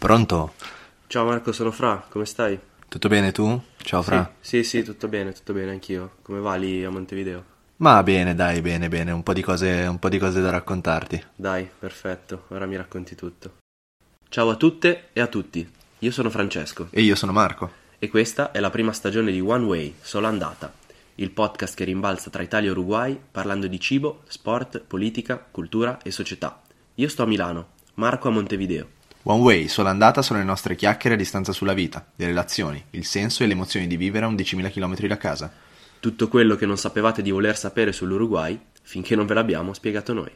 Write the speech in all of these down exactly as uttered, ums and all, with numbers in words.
Pronto? Ciao Marco, sono Fra, come stai? Tutto bene tu? Ciao Fra. Sì, sì, sì, tutto bene, tutto bene, anch'io. Come va lì a Montevideo? Ma bene, dai, bene, bene, un po' di cose, un po' di cose da raccontarti. Dai, perfetto, ora mi racconti tutto. Ciao a tutte e a tutti, io sono Francesco E io sono Marco. e questa è la prima stagione di One Way, Sola Andata, il podcast che rimbalza tra Italia e Uruguay parlando di cibo, sport, politica, cultura e società. Io sto a Milano, Marco a Montevideo. One Way, Sola Andata sono le nostre chiacchiere a distanza sulla vita, le relazioni, il senso e le emozioni di vivere a undicimila chilometri da casa. Tutto quello che non sapevate di voler sapere sull'Uruguay finché non ve l'abbiamo spiegato noi.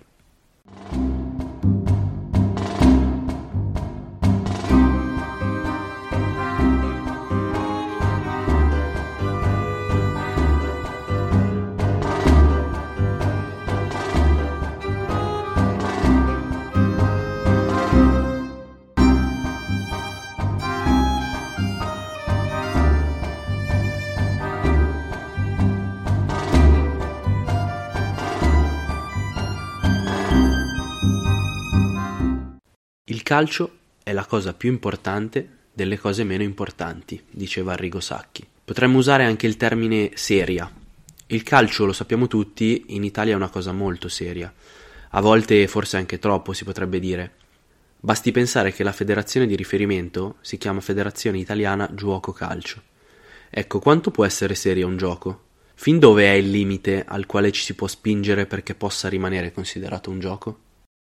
Il calcio è la cosa più importante delle cose meno importanti, diceva Arrigo Sacchi. Potremmo usare anche il termine seria. Il calcio, lo sappiamo tutti, in Italia è una cosa molto seria. A volte forse anche troppo, si potrebbe dire. Basti pensare che la federazione di riferimento si chiama Federazione Italiana Giuoco Calcio. Ecco, quanto può essere serio un gioco? Fin dove è il limite al quale ci si può spingere perché possa rimanere considerato un gioco?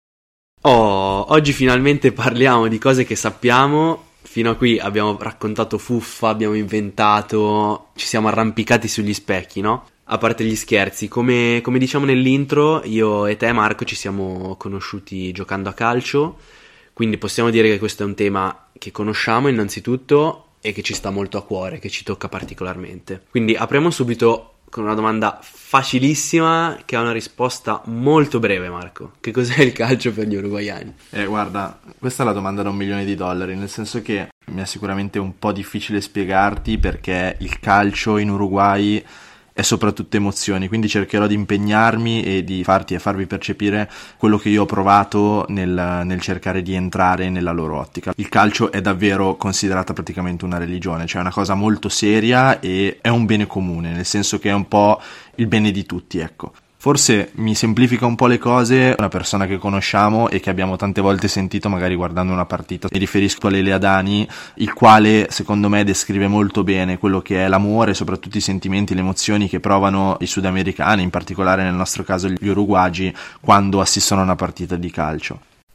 Oh, oggi finalmente parliamo di cose che sappiamo. Fino a qui abbiamo raccontato fuffa, abbiamo inventato, ci siamo arrampicati sugli specchi, no? A parte gli scherzi, come, come diciamo nell'intro, io e te Marco ci siamo conosciuti giocando a calcio, quindi possiamo dire che questo è un tema che conosciamo innanzitutto e che ci sta molto a cuore, che ci tocca particolarmente. Quindi apriamo subito con una domanda facilissima che ha una risposta molto breve, Marco. Che cos'è il calcio per gli uruguaiani? Eh, guarda, questa è la domanda da un milione di dollari, nel senso che mi è sicuramente un po' difficile spiegarti perché il calcio in Uruguay è soprattutto emozioni, quindi cercherò di impegnarmi e di farti e farvi percepire quello che io ho provato nel, nel cercare di entrare nella loro ottica. Il calcio è davvero considerata praticamente una religione, cioè è una cosa molto seria e è un bene comune, nel senso che è un po' il bene di tutti, ecco. Forse mi semplifica un po' le cose una persona che conosciamo e che abbiamo tante volte sentito magari guardando una partita. Mi riferisco a Lele Adani, il quale secondo me descrive molto bene quello che è l'amore, soprattutto i sentimenti, le emozioni che provano i sudamericani, in particolare nel nostro caso gli uruguagi, quando assistono a una partita di calcio.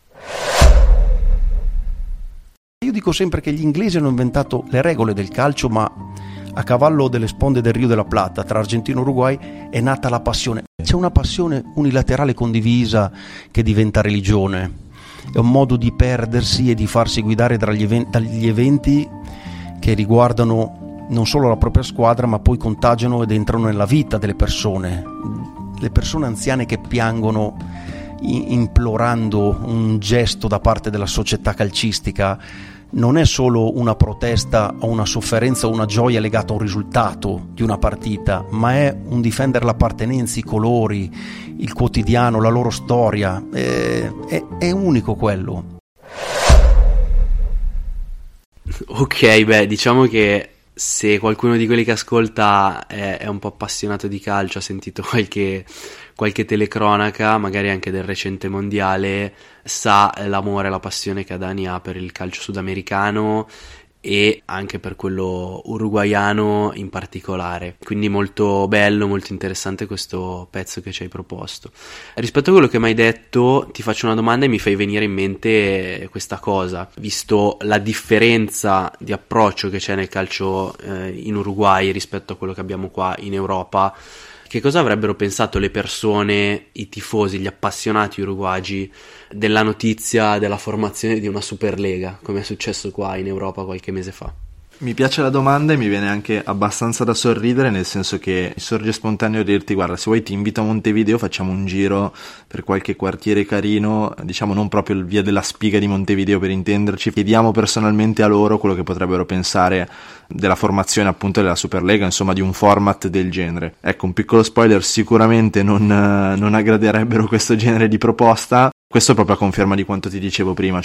Io dico sempre che gli inglesi hanno inventato le regole del calcio, ma a cavallo delle sponde del Rio della Plata, tra Argentina e Uruguay, è nata la passione. C'è una passione unilaterale condivisa che diventa religione. È un modo di perdersi e di farsi guidare dagli eventi, dagli eventi che riguardano non solo la propria squadra, ma poi contagiano ed entrano nella vita delle persone. Le persone anziane che piangono implorando un gesto da parte della società calcistica non è solo una protesta o una sofferenza o una gioia legata a un risultato di una partita, ma è un difendere l'appartenenza, i colori, il quotidiano, la loro storia. È, è, è unico quello. Ok, beh, diciamo che se qualcuno di quelli che ascolta è, è un po' appassionato di calcio, ha sentito qualche, qualche telecronaca, magari anche del recente mondiale, sa l'amore e la passione che Adani ha per il calcio sudamericano e anche per quello uruguaiano in particolare. Quindi molto bello, molto interessante questo pezzo che ci hai proposto. Rispetto a quello che mi hai detto, ti faccio una domanda e mi fai venire in mente questa cosa. Visto la differenza di approccio che c'è nel calcio eh, in Uruguay rispetto a quello che abbiamo qua in Europa, che cosa avrebbero pensato le persone, i tifosi, gli appassionati uruguagi della notizia della formazione di una Superlega, come è successo qua in Europa qualche mese fa? Mi piace la domanda e mi viene anche abbastanza da sorridere, nel senso che mi sorge spontaneo dirti: guarda, se vuoi ti invito a Montevideo, facciamo un giro per qualche quartiere carino, diciamo non proprio il via della Spiga di Montevideo per intenderci, chiediamo personalmente a loro quello che potrebbero pensare della formazione appunto della Superlega, insomma di un format del genere. Ecco, un piccolo spoiler, sicuramente non, non aggraderebbero questo genere di proposta. Questo è proprio a conferma di quanto ti dicevo prima, cioè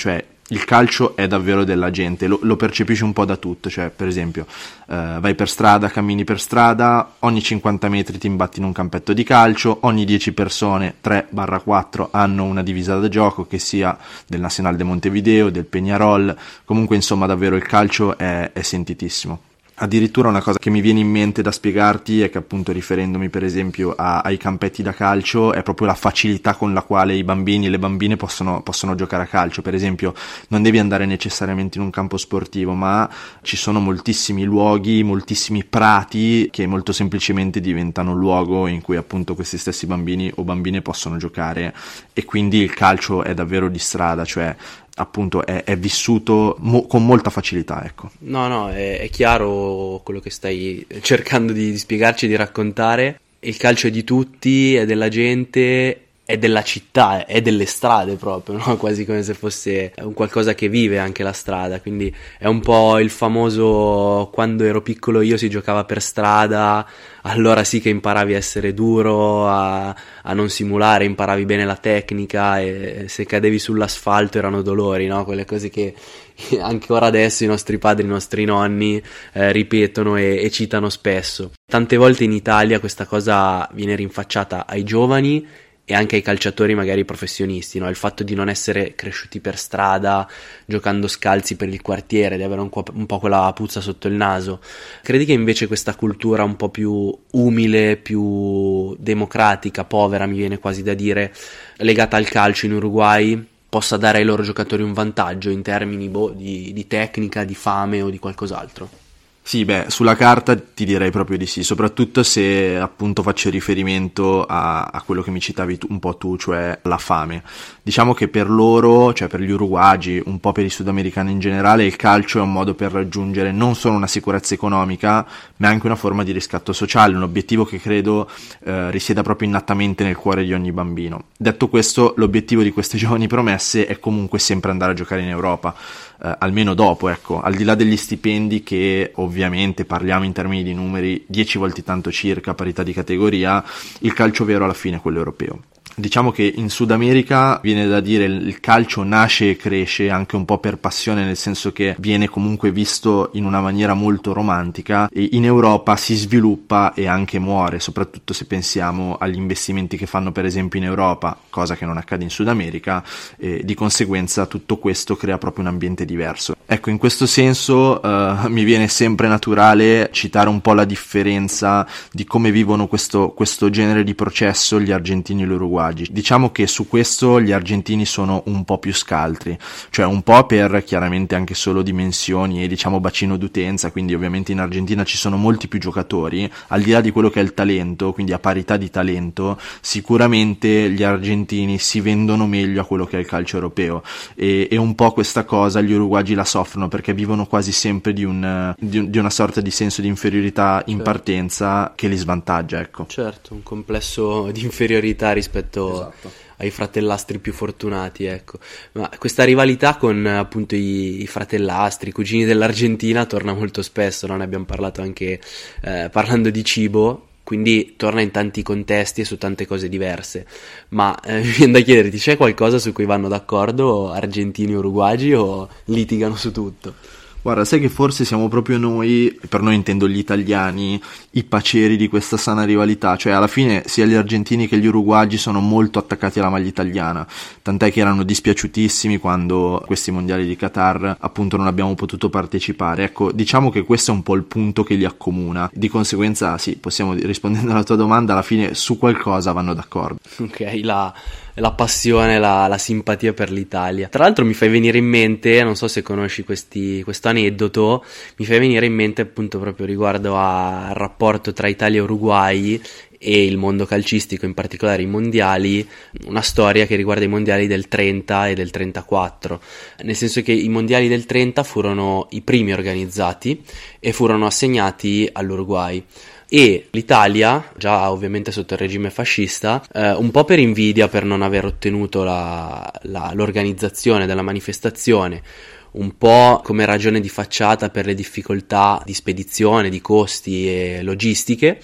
il calcio è davvero della gente, lo, lo percepisci un po' da tutto, cioè per esempio eh, vai per strada, cammini per strada, ogni cinquanta metri ti imbatti in un campetto di calcio, ogni dieci persone, tre quattro, hanno una divisa da gioco, che sia del Nacional de Montevideo, del Peñarol, comunque insomma davvero il calcio è, è sentitissimo. Addirittura una cosa che mi viene in mente da spiegarti è che, appunto, riferendomi per esempio a, ai campetti da calcio, è proprio la facilità con la quale i bambini e le bambine possono, possono giocare a calcio. Per esempio non devi andare necessariamente in un campo sportivo, ma ci sono moltissimi luoghi, moltissimi prati che molto semplicemente diventano luogo in cui appunto questi stessi bambini o bambine possono giocare, e quindi il calcio è davvero di strada, cioè appunto è, è vissuto mo- con molta facilità, ecco. No, no, è, è chiaro quello che stai cercando di, di spiegarci, di raccontare. Il calcio è di tutti, è della gente, è della città, è delle strade proprio, no? Quasi come se fosse un qualcosa che vive anche la strada, quindi è un po' il famoso quando ero piccolo io si giocava per strada, allora sì che imparavi a essere duro, a, a non simulare, imparavi bene la tecnica, e se cadevi sull'asfalto erano dolori, no? Quelle cose che anche ora adesso i nostri padri, i nostri nonni eh, ripetono e, e citano spesso. Tante volte in Italia questa cosa viene rinfacciata ai giovani e anche ai calciatori magari professionisti, no? Il fatto di non essere cresciuti per strada, giocando scalzi per il quartiere, di avere un, po', un po' quella puzza sotto il naso. Credi che invece questa cultura un po' più umile, più democratica, povera, mi viene quasi da dire, legata al calcio in Uruguay, possa dare ai loro giocatori un vantaggio in termini boh, di, di tecnica, di fame o di qualcos'altro? Sì, beh, sulla carta ti direi proprio di sì, soprattutto se appunto faccio riferimento a, a quello che mi citavi tu, un po' tu, cioè la fame. Diciamo che per loro, cioè per gli uruguagi, un po' per i sudamericani in generale, il calcio è un modo per raggiungere non solo una sicurezza economica, ma anche una forma di riscatto sociale, un obiettivo che credo eh, risieda proprio innatamente nel cuore di ogni bambino. Detto questo, l'obiettivo di queste giovani promesse è comunque sempre andare a giocare in Europa. Uh, almeno dopo, ecco, al di là degli stipendi che ovviamente parliamo in termini di numeri dieci volte tanto circa, parità di categoria, il calcio vero alla fine è quello europeo. Diciamo che in Sud America viene da dire il calcio nasce e cresce anche un po' per passione, nel senso che viene comunque visto in una maniera molto romantica, e in Europa si sviluppa e anche muore, soprattutto se pensiamo agli investimenti che fanno per esempio in Europa, cosa che non accade in Sud America, e di conseguenza tutto questo crea proprio un ambiente diverso. Ecco, in questo senso uh, mi viene sempre naturale citare un po' la differenza di come vivono questo, questo genere di processo gli argentini e gli uruguagi. Diciamo che su questo gli argentini sono un po' più scaltri, cioè un po' per chiaramente anche solo dimensioni e diciamo bacino d'utenza, quindi ovviamente in Argentina ci sono molti più giocatori, al di là di quello che è il talento, quindi a parità di talento sicuramente gli argentini si vendono meglio a quello che è il calcio europeo, e, e un po' questa cosa gli uruguagi la soffrono perché vivono quasi sempre di, un, di, un, di una sorta di senso di inferiorità in certo. partenza che li svantaggia, ecco. Certo, un complesso di inferiorità rispetto esatto. ai fratellastri più fortunati, ecco. Ma questa rivalità con appunto i, i fratellastri, i cugini dell'Argentina torna molto spesso, no? Ne abbiamo parlato anche eh, parlando di cibo, quindi torna in tanti contesti e su tante cose diverse. Ma eh, mi viene da chiederti, c'è qualcosa su cui vanno d'accordo argentini e uruguagi o litigano su tutto? Guarda, sai che forse siamo proprio noi, per noi intendo gli italiani, i paceri di questa sana rivalità, cioè alla fine sia gli argentini che gli uruguagi sono molto attaccati alla maglia italiana, tant'è che erano dispiaciutissimi quando questi mondiali di Qatar appunto non abbiamo potuto partecipare. Ecco, diciamo che questo è un po' il punto che li accomuna, di conseguenza sì, possiamo, rispondendo alla tua domanda, alla fine su qualcosa vanno d'accordo. Ok, la... la passione, la, la simpatia per l'Italia. Tra l'altro mi fai venire in mente, non so se conosci questi, questo aneddoto, mi fai venire in mente appunto proprio riguardo al rapporto tra Italia e Uruguay e il mondo calcistico, in particolare i mondiali, una storia che riguarda i mondiali del trenta e del trentaquattro, nel senso che i mondiali del trenta furono i primi organizzati e furono assegnati all'Uruguay. E l'Italia, già ovviamente sotto il regime fascista, eh, un po' per invidia per non aver ottenuto la, la, l'organizzazione della manifestazione, un po' come ragione di facciata per le difficoltà di spedizione, di costi e logistiche,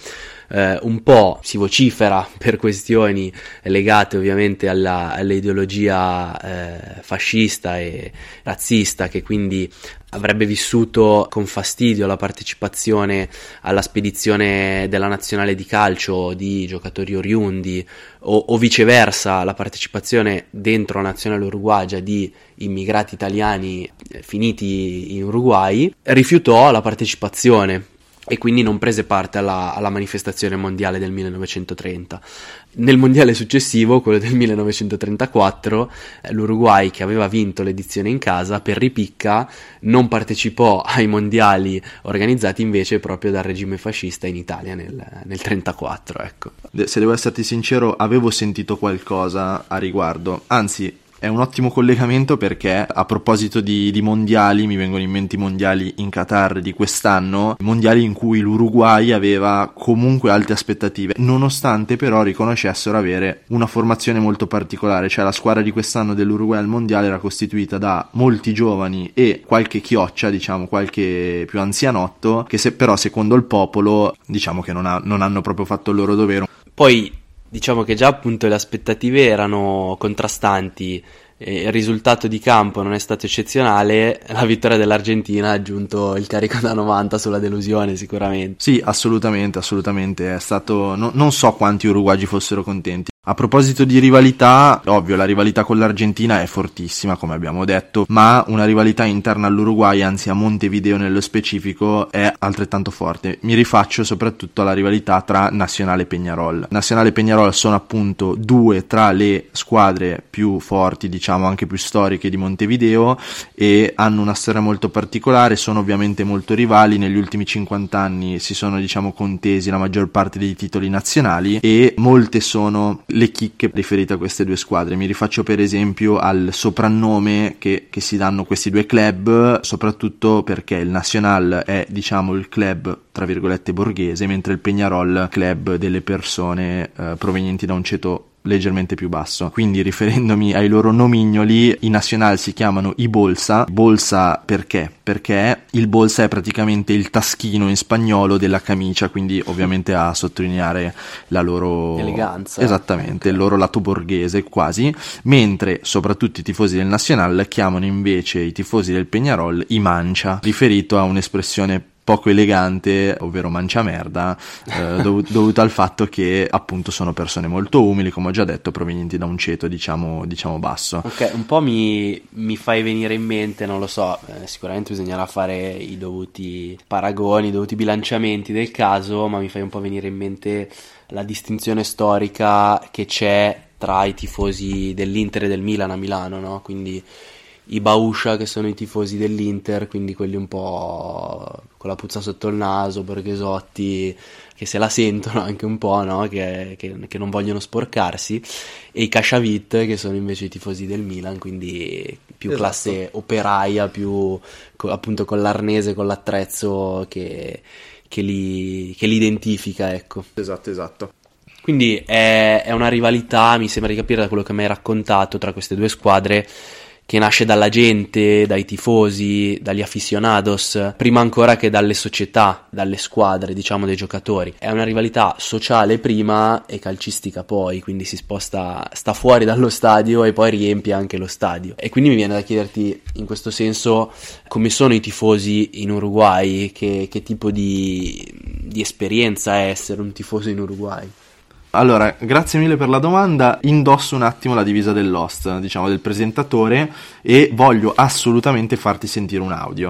eh, un po' si vocifera per questioni legate ovviamente alla, all'ideologia eh, fascista e razzista, che quindi avrebbe vissuto con fastidio la partecipazione alla spedizione della nazionale di calcio di giocatori oriundi o, o viceversa la partecipazione dentro la nazionale uruguagia di immigrati italiani finiti in Uruguay, rifiutò la partecipazione e quindi non prese parte alla, alla manifestazione mondiale del millenovecentotrenta. Nel mondiale successivo, quello del millenovecentotrentaquattro, l'Uruguay, che aveva vinto l'edizione in casa, per ripicca non partecipò ai mondiali organizzati invece proprio dal regime fascista in Italia nel, nel trentaquattro, ecco. Se devo esserti sincero, avevo sentito qualcosa a riguardo, anzi è un ottimo collegamento, perché a proposito di, di mondiali mi vengono in mente i mondiali in Qatar di quest'anno, mondiali in cui l'Uruguay aveva comunque alte aspettative, nonostante però riconoscessero avere una formazione molto particolare, cioè la squadra di quest'anno dell'Uruguay al mondiale era costituita da molti giovani e qualche chioccia, diciamo qualche più anzianotto, che se, però secondo il popolo diciamo che non, ha, non hanno proprio fatto il loro dovere. Poi diciamo che già appunto le aspettative erano contrastanti, e il risultato di campo non è stato eccezionale, la vittoria dell'Argentina ha aggiunto il carico da novanta sulla delusione sicuramente. Sì, assolutamente, assolutamente, è stato, no, non so quanti uruguagi fossero contenti. A proposito di rivalità, ovvio la rivalità con l'Argentina è fortissima come abbiamo detto, ma una rivalità interna all'Uruguay, anzi a Montevideo nello specifico, è altrettanto forte. Mi rifaccio soprattutto alla rivalità tra Nacional e Peñarol. Nacional e Peñarol sono appunto due tra le squadre più forti, diciamo anche più storiche di Montevideo, e hanno una storia molto particolare, sono ovviamente molto rivali, negli ultimi cinquanta anni si sono diciamo contesi la maggior parte dei titoli nazionali e molte sono le chicche riferite a queste due squadre. Mi rifaccio per esempio al soprannome che, che si danno questi due club, soprattutto perché il Nacional è diciamo il club tra virgolette borghese, mentre il Peñarol club delle persone eh, provenienti da un ceto leggermente più basso. Quindi riferendomi ai loro nomignoli, i Nacional si chiamano i Bolsa. Bolsa perché? Perché il Bolsa è praticamente il taschino in spagnolo della camicia, quindi ovviamente a sottolineare la loro eleganza. Esattamente, il loro lato borghese quasi, mentre soprattutto i tifosi del Nacional chiamano invece i tifosi del Peñarol i Mancia, riferito a un'espressione poco elegante, ovvero manciamerda, eh, dov- dovuto al fatto che appunto sono persone molto umili, come ho già detto, provenienti da un ceto diciamo, diciamo basso. Ok, un po' mi, mi fai venire in mente, non lo so, eh, sicuramente bisognerà fare i dovuti paragoni, i dovuti bilanciamenti del caso, ma mi fai un po' venire in mente la distinzione storica che c'è tra i tifosi dell'Inter e del Milan a Milano, no? Quindi i Bauscia, che sono i tifosi dell'Inter, quindi quelli un po' con la puzza sotto il naso, borghesotti, che se la sentono anche un po', no? Che, che, che non vogliono sporcarsi, e i Casciavit, che sono invece i tifosi del Milan, quindi più esatto. Classe operaia, più appunto con l'arnese, con l'attrezzo che, che, li, che li identifica, ecco. Esatto, esatto. Quindi è, è una rivalità, mi sembra di capire da quello che mi hai raccontato, tra queste due squadre, che nasce dalla gente, dai tifosi, dagli aficionados, prima ancora che dalle società, dalle squadre, diciamo, dei giocatori. È una rivalità sociale prima e calcistica poi, quindi si sposta, sta fuori dallo stadio e poi riempie anche lo stadio. E quindi mi viene da chiederti, in questo senso, come sono i tifosi in Uruguay, che, che tipo di, di esperienza è essere un tifoso in Uruguay? Allora, grazie mille per la domanda. Indosso un attimo la divisa dell'host, diciamo del presentatore, e voglio assolutamente farti sentire un audio.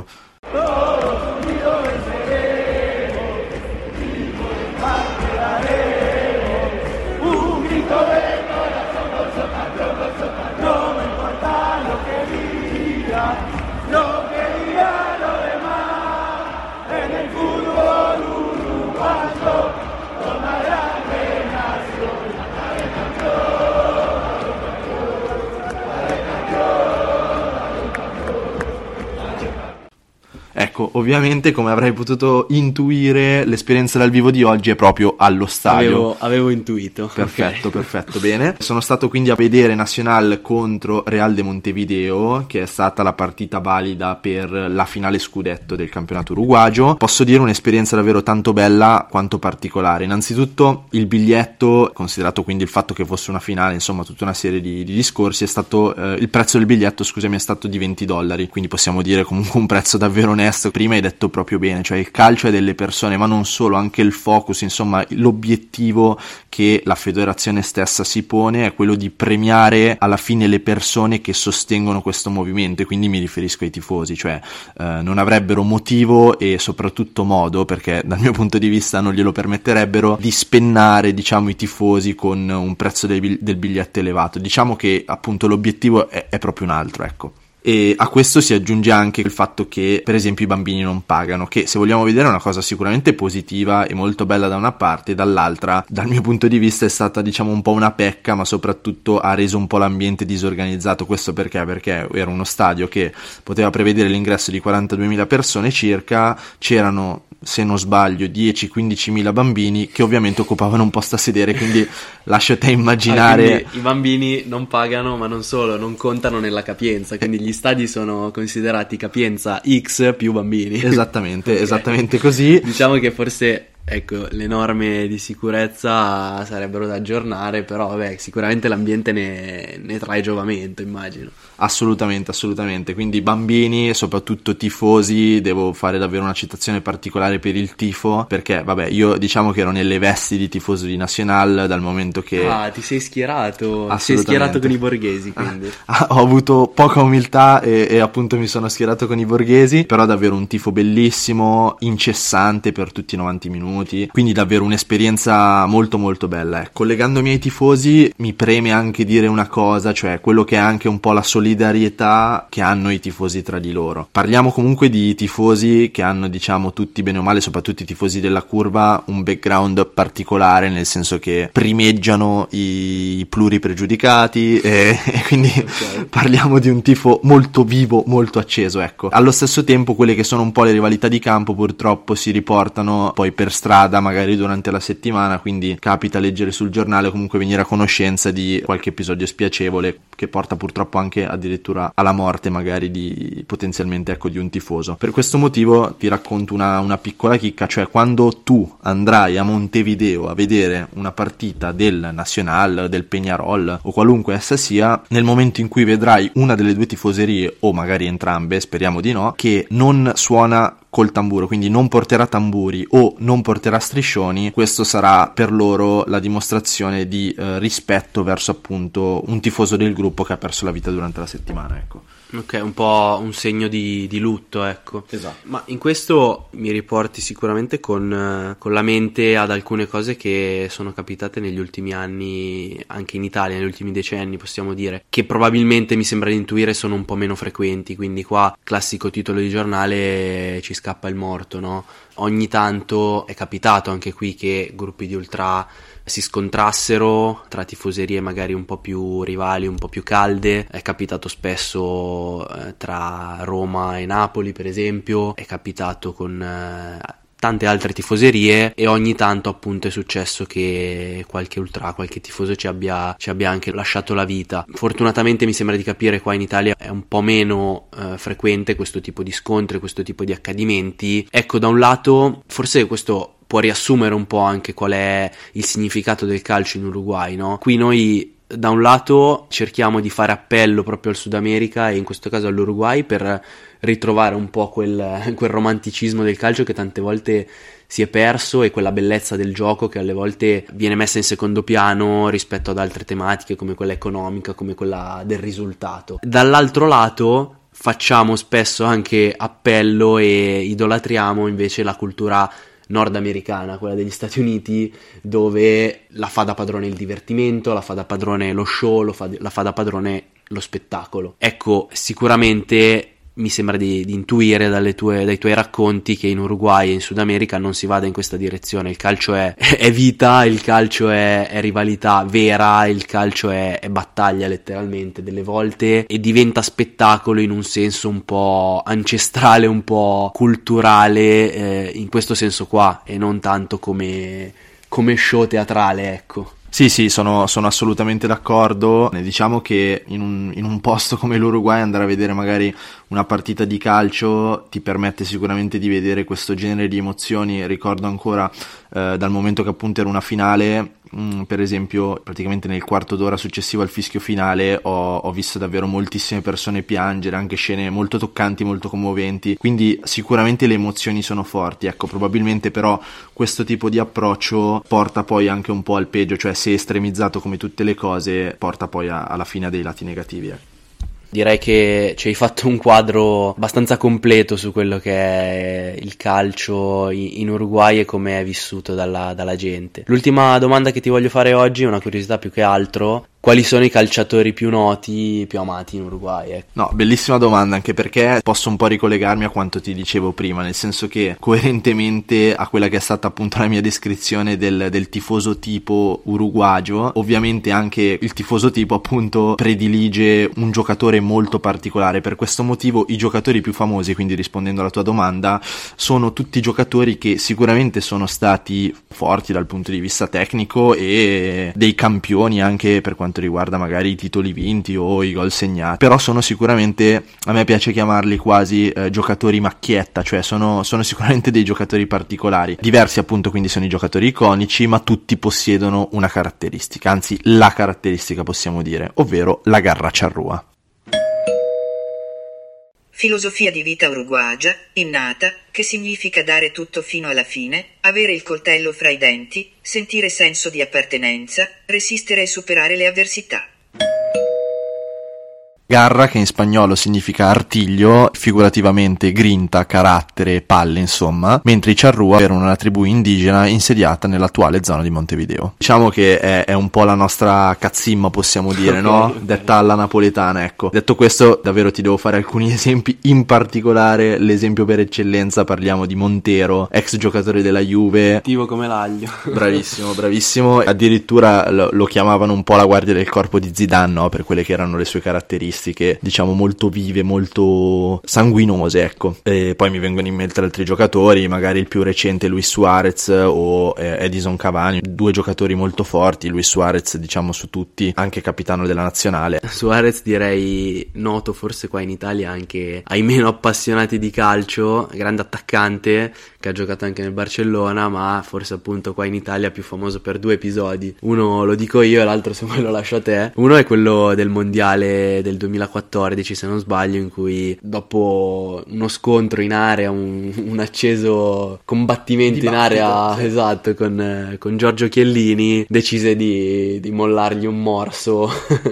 Ecco, ovviamente come avrai potuto intuire, l'esperienza dal vivo di oggi è proprio allo stadio. Avevo, avevo intuito. Perfetto, Okay. perfetto, bene. Sono stato quindi a vedere Nacional contro Real de Montevideo, che è stata la partita valida per la finale scudetto del campionato uruguagio. Posso dire un'esperienza davvero tanto bella quanto particolare. Innanzitutto il biglietto, considerato quindi il fatto che fosse una finale, insomma tutta una serie di, di discorsi, è stato eh, il prezzo del biglietto, scusami, è stato di venti dollari, quindi possiamo dire comunque un prezzo davvero onesto. Prima hai detto proprio bene, cioè il calcio è delle persone, ma non solo, anche il focus, insomma l'obiettivo che la federazione stessa si pone è quello di premiare alla fine le persone che sostengono questo movimento, e quindi mi riferisco ai tifosi, cioè eh, non avrebbero motivo e soprattutto modo, perché dal mio punto di vista non glielo permetterebbero, di spennare, diciamo, i tifosi con un prezzo del, del biglietto elevato. Diciamo che appunto l'obiettivo è, è proprio un altro, ecco. E a questo si aggiunge anche il fatto che per esempio i bambini non pagano, che se vogliamo vedere è una cosa sicuramente positiva e molto bella da una parte, dall'altra dal mio punto di vista è stata, diciamo, un po' una pecca, ma soprattutto ha reso un po' l'ambiente disorganizzato. Questo perché? Perché era uno stadio che poteva prevedere l'ingresso di quarantaduemila persone circa, c'erano, se non sbaglio, dieci quindici mila bambini che ovviamente occupavano un posto a sedere, quindi lascio te immaginare. Ah, i bambini non pagano, ma non solo, non contano nella capienza, quindi gli stadi sono considerati capienza X più bambini. Esattamente, Okay. esattamente così. Diciamo che forse, ecco, le norme di sicurezza sarebbero da aggiornare, però vabbè, sicuramente l'ambiente ne, ne trae giovamento, immagino. Assolutamente, assolutamente. Quindi bambini e soprattutto tifosi, devo fare davvero una citazione particolare per il tifo, perché vabbè, io diciamo che ero nelle vesti di tifoso di Nacional dal momento che... Ah, ti sei schierato, ti sei schierato con i borghesi, quindi. Ah, ho avuto poca umiltà e, e appunto mi sono schierato con i borghesi, però davvero un tifo bellissimo, incessante per tutti i novanta minuti, quindi davvero un'esperienza molto molto bella. Eh. Collegandomi ai tifosi mi preme anche dire una cosa, cioè quello che è anche un po' la solidarietà che hanno i tifosi tra di loro. Parliamo comunque di tifosi che hanno, diciamo, tutti bene o male, soprattutto i tifosi della curva, un background particolare, nel senso che primeggiano i pluripregiudicati e, e quindi okay. Parliamo di un tifo molto vivo, molto acceso, ecco. Allo stesso tempo quelle che sono un po' le rivalità di campo purtroppo si riportano poi per strada, magari durante la settimana, quindi capita leggere sul giornale o comunque venire a conoscenza di qualche episodio spiacevole che porta purtroppo anche addirittura alla morte magari di potenzialmente, ecco, di un tifoso. Per questo motivo ti racconto una, una piccola chicca, cioè quando tu andrai a Montevideo a vedere una partita del Nacional, del Peñarol o qualunque essa sia, nel momento in cui vedrai una delle due tifoserie o magari entrambe, speriamo di no, che non suona col tamburo, quindi non porterà tamburi o non porterà striscioni, questo sarà per loro la dimostrazione di eh, rispetto verso appunto un tifoso del gruppo che ha perso la vita durante la settimana, ecco. Ok, un po' un segno di, di lutto, ecco. Esatto. Ma in questo mi riporti sicuramente con, con la mente ad alcune cose che sono capitate negli ultimi anni, anche in Italia, negli ultimi decenni, possiamo dire, che probabilmente mi sembra di intuire sono un po' meno frequenti, quindi qua, classico titolo di giornale, ci scappa il morto, no? Ogni tanto è capitato anche qui che gruppi di ultra si scontrassero tra tifoserie magari un po' più rivali, un po' più calde. È capitato spesso eh, tra Roma e Napoli, per esempio, è capitato con eh, tante altre tifoserie, e ogni tanto appunto è successo che qualche ultra, qualche tifoso ci abbia, ci abbia anche lasciato la vita. Fortunatamente mi sembra di capire qua in Italia è un po' meno eh, frequente questo tipo di scontri, questo tipo di accadimenti. Ecco, da un lato forse questo può riassumere un po' anche qual è il significato del calcio in Uruguay, no? Qui noi da un lato cerchiamo di fare appello proprio al Sud America e in questo caso all'Uruguay per ritrovare un po' quel, quel romanticismo del calcio che tante volte si è perso e quella bellezza del gioco che alle volte viene messa in secondo piano rispetto ad altre tematiche come quella economica, come quella del risultato. Dall'altro lato facciamo spesso anche appello e idolatriamo invece la cultura nordamericana, quella degli Stati Uniti, dove la fa da padrone il divertimento, la fa da padrone lo show, lo fa, la fa da padrone lo spettacolo. Ecco, sicuramente mi sembra di, di intuire dalle tue, dai tuoi racconti che in Uruguay e in Sud America non si vada in questa direzione. Il calcio è, è vita, il calcio è, è rivalità vera, il calcio è, è battaglia letteralmente delle volte, e diventa spettacolo in un senso un po' ancestrale, un po' culturale, eh, in questo senso qua, e non tanto come, come show teatrale, ecco. Sì, sì, sono, sono assolutamente d'accordo. Diciamo che in un, in un posto come l'Uruguay andare a vedere magari una partita di calcio ti permette sicuramente di vedere questo genere di emozioni. Ricordo ancora eh, dal momento che appunto era una finale, mh, per esempio praticamente nel quarto d'ora successivo al fischio finale ho, ho visto davvero moltissime persone piangere, anche scene molto toccanti, molto commoventi, quindi sicuramente le emozioni sono forti. Ecco, probabilmente però questo tipo di approccio porta poi anche un po' al peggio, cioè se estremizzato come tutte le cose porta poi a, alla fine dei lati negativi. Eh. Direi che ci hai fatto un quadro abbastanza completo su quello che è il calcio in Uruguay e come è vissuto dalla, dalla gente. L'ultima domanda che ti voglio fare oggi è una curiosità più che altro: quali sono i calciatori più noti, più amati in Uruguay? Ecco. No, bellissima domanda, anche perché posso un po' ricollegarmi a quanto ti dicevo prima, nel senso che coerentemente a quella che è stata appunto la mia descrizione del, del tifoso tipo uruguagio, ovviamente anche il tifoso tipo appunto predilige un giocatore molto particolare. Per questo motivo i giocatori più famosi, quindi rispondendo alla tua domanda, sono tutti giocatori che sicuramente sono stati forti dal punto di vista tecnico e dei campioni anche per quanto riguarda magari i titoli vinti o i gol segnati, però sono sicuramente, a me piace chiamarli quasi eh, giocatori macchietta, cioè sono, sono sicuramente dei giocatori particolari. Diversi appunto quindi sono i giocatori iconici, ma tutti possiedono una caratteristica, anzi la caratteristica possiamo dire, ovvero la garra charrúa. Filosofia di vita uruguagia, innata, che significa dare tutto fino alla fine, avere il coltello fra i denti, sentire senso di appartenenza, resistere e superare le avversità. Garra, che in spagnolo significa artiglio, figurativamente grinta, carattere, palle, insomma, mentre i charrúa erano una tribù indigena insediata nell'attuale zona di Montevideo. Diciamo che è, è un po' la nostra cazzimma, possiamo dire, okay, no? Detta alla napoletana, ecco. Detto questo, davvero ti devo fare alcuni esempi, in particolare l'esempio per eccellenza, parliamo di Montero, ex giocatore della Juve. Attivo come l'aglio. Bravissimo, bravissimo. Addirittura lo, lo chiamavano un po' la guardia del corpo di Zidane, no? Per quelle che erano le sue caratteristiche, diciamo molto vive, molto sanguinose, ecco. E poi mi vengono in mente altri giocatori, magari il più recente Luis Suarez o eh, Edison Cavani, due giocatori molto forti. Luis Suarez diciamo su tutti, anche capitano della nazionale. Suarez direi noto forse qua in Italia anche ai meno appassionati di calcio, grande attaccante che ha giocato anche nel Barcellona, ma forse appunto qua in Italia più famoso per due episodi. Uno lo dico io e l'altro se vuoi lo lascio a te. Uno è quello del mondiale del duemilaquattordici se non sbaglio, in cui dopo uno scontro in area, un, un acceso combattimento Dibattito, in area, sì. Esatto, con, con Giorgio Chiellini, decise di, di mollargli un morso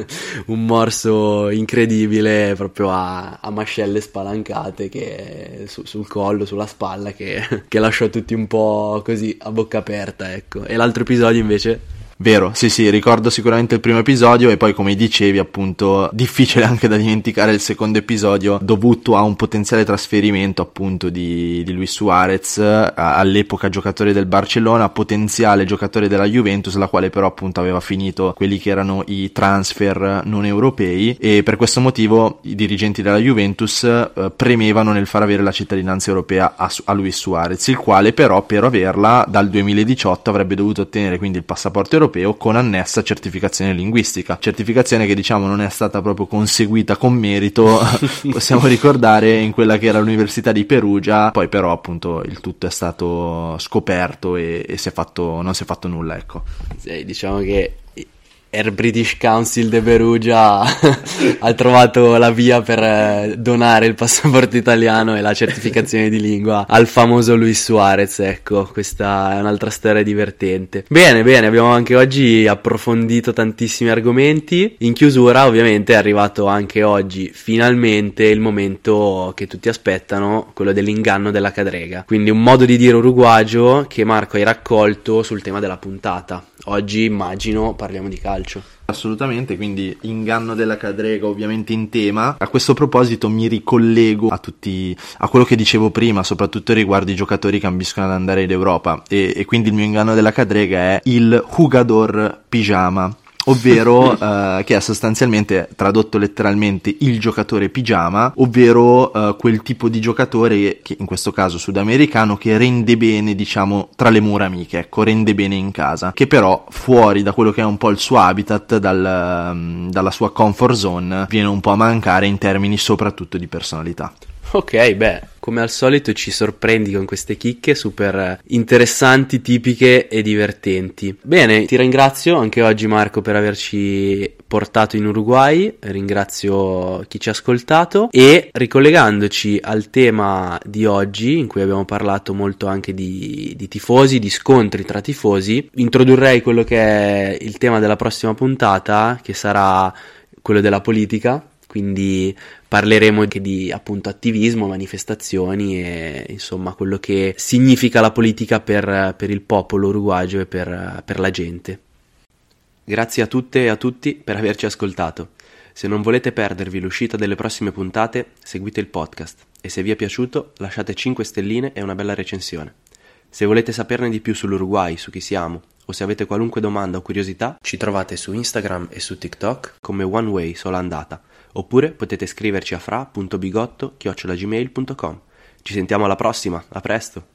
un morso incredibile proprio a, a mascelle spalancate che, su, sul collo, sulla spalla, che, che lasciò tutti un po' così a bocca aperta, ecco. E l'altro episodio invece? Vero, sì sì, ricordo sicuramente il primo episodio e poi, come dicevi appunto, difficile anche da dimenticare il secondo episodio dovuto a un potenziale trasferimento appunto di, di Luis Suarez, all'epoca giocatore del Barcellona, potenziale giocatore della Juventus, la quale però appunto aveva finito quelli che erano i transfer non europei, e per questo motivo i dirigenti della Juventus eh, premevano nel far avere la cittadinanza europea a, a Luis Suarez, il quale però per averla dal duemiladiciotto avrebbe dovuto ottenere quindi il passaporto europeo con annessa certificazione linguistica, certificazione che diciamo non è stata proprio conseguita con merito possiamo ricordare, in quella che era l'Università di Perugia. Poi però appunto il tutto è stato scoperto e, e si è fatto, non si è fatto nulla, ecco. Sì, diciamo che Air British Council de Perugia ha trovato la via per donare il passaporto italiano e la certificazione di lingua al famoso Luis Suarez, ecco. Questa è un'altra storia divertente. Bene, bene, abbiamo anche oggi approfondito tantissimi argomenti. In chiusura ovviamente è arrivato anche oggi finalmente il momento che tutti aspettano, quello dell'inganno della cadrega, quindi un modo di dire uruguagio che Marco hai raccolto sul tema della puntata. Oggi immagino parliamo di calcio. calcio. Assolutamente, quindi inganno della cadrega ovviamente in tema. A questo proposito mi ricollego a tutti a quello che dicevo prima, soprattutto riguardo i giocatori che ambiscono ad andare in Europa, e, e quindi il mio inganno della cadrega è il jugador pigiama, ovvero uh, che è sostanzialmente, tradotto letteralmente, il giocatore pigiama, ovvero uh, quel tipo di giocatore che in questo caso sudamericano, che rende bene, diciamo, tra le mura amiche, ecco, rende bene in casa, che però fuori da quello che è un po' il suo habitat, dal, um, dalla sua comfort zone, viene un po' a mancare in termini soprattutto di personalità. Ok, beh, come al solito ci sorprendi con queste chicche super interessanti, tipiche e divertenti. Bene, ti ringrazio anche oggi, Marco, per averci portato in Uruguay, ringrazio chi ci ha ascoltato, e ricollegandoci al tema di oggi, in cui abbiamo parlato molto anche di, di tifosi, di scontri tra tifosi, introdurrei quello che è il tema della prossima puntata, che sarà quello della politica. Quindi parleremo anche di, appunto, attivismo, manifestazioni e insomma quello che significa la politica per, per il popolo uruguagio e per, per la gente. Grazie a tutte e a tutti per averci ascoltato. Se non volete perdervi l'uscita delle prossime puntate, seguite il podcast, e se vi è piaciuto lasciate cinque stelline e una bella recensione. Se volete saperne di più sull'Uruguay, su chi siamo, o se avete qualunque domanda o curiosità, ci trovate su Instagram e su TikTok come One Way Sola Andata. Oppure potete scriverci a fra punto bigotto chiocciola gmail punto com. Ci sentiamo alla prossima, a presto!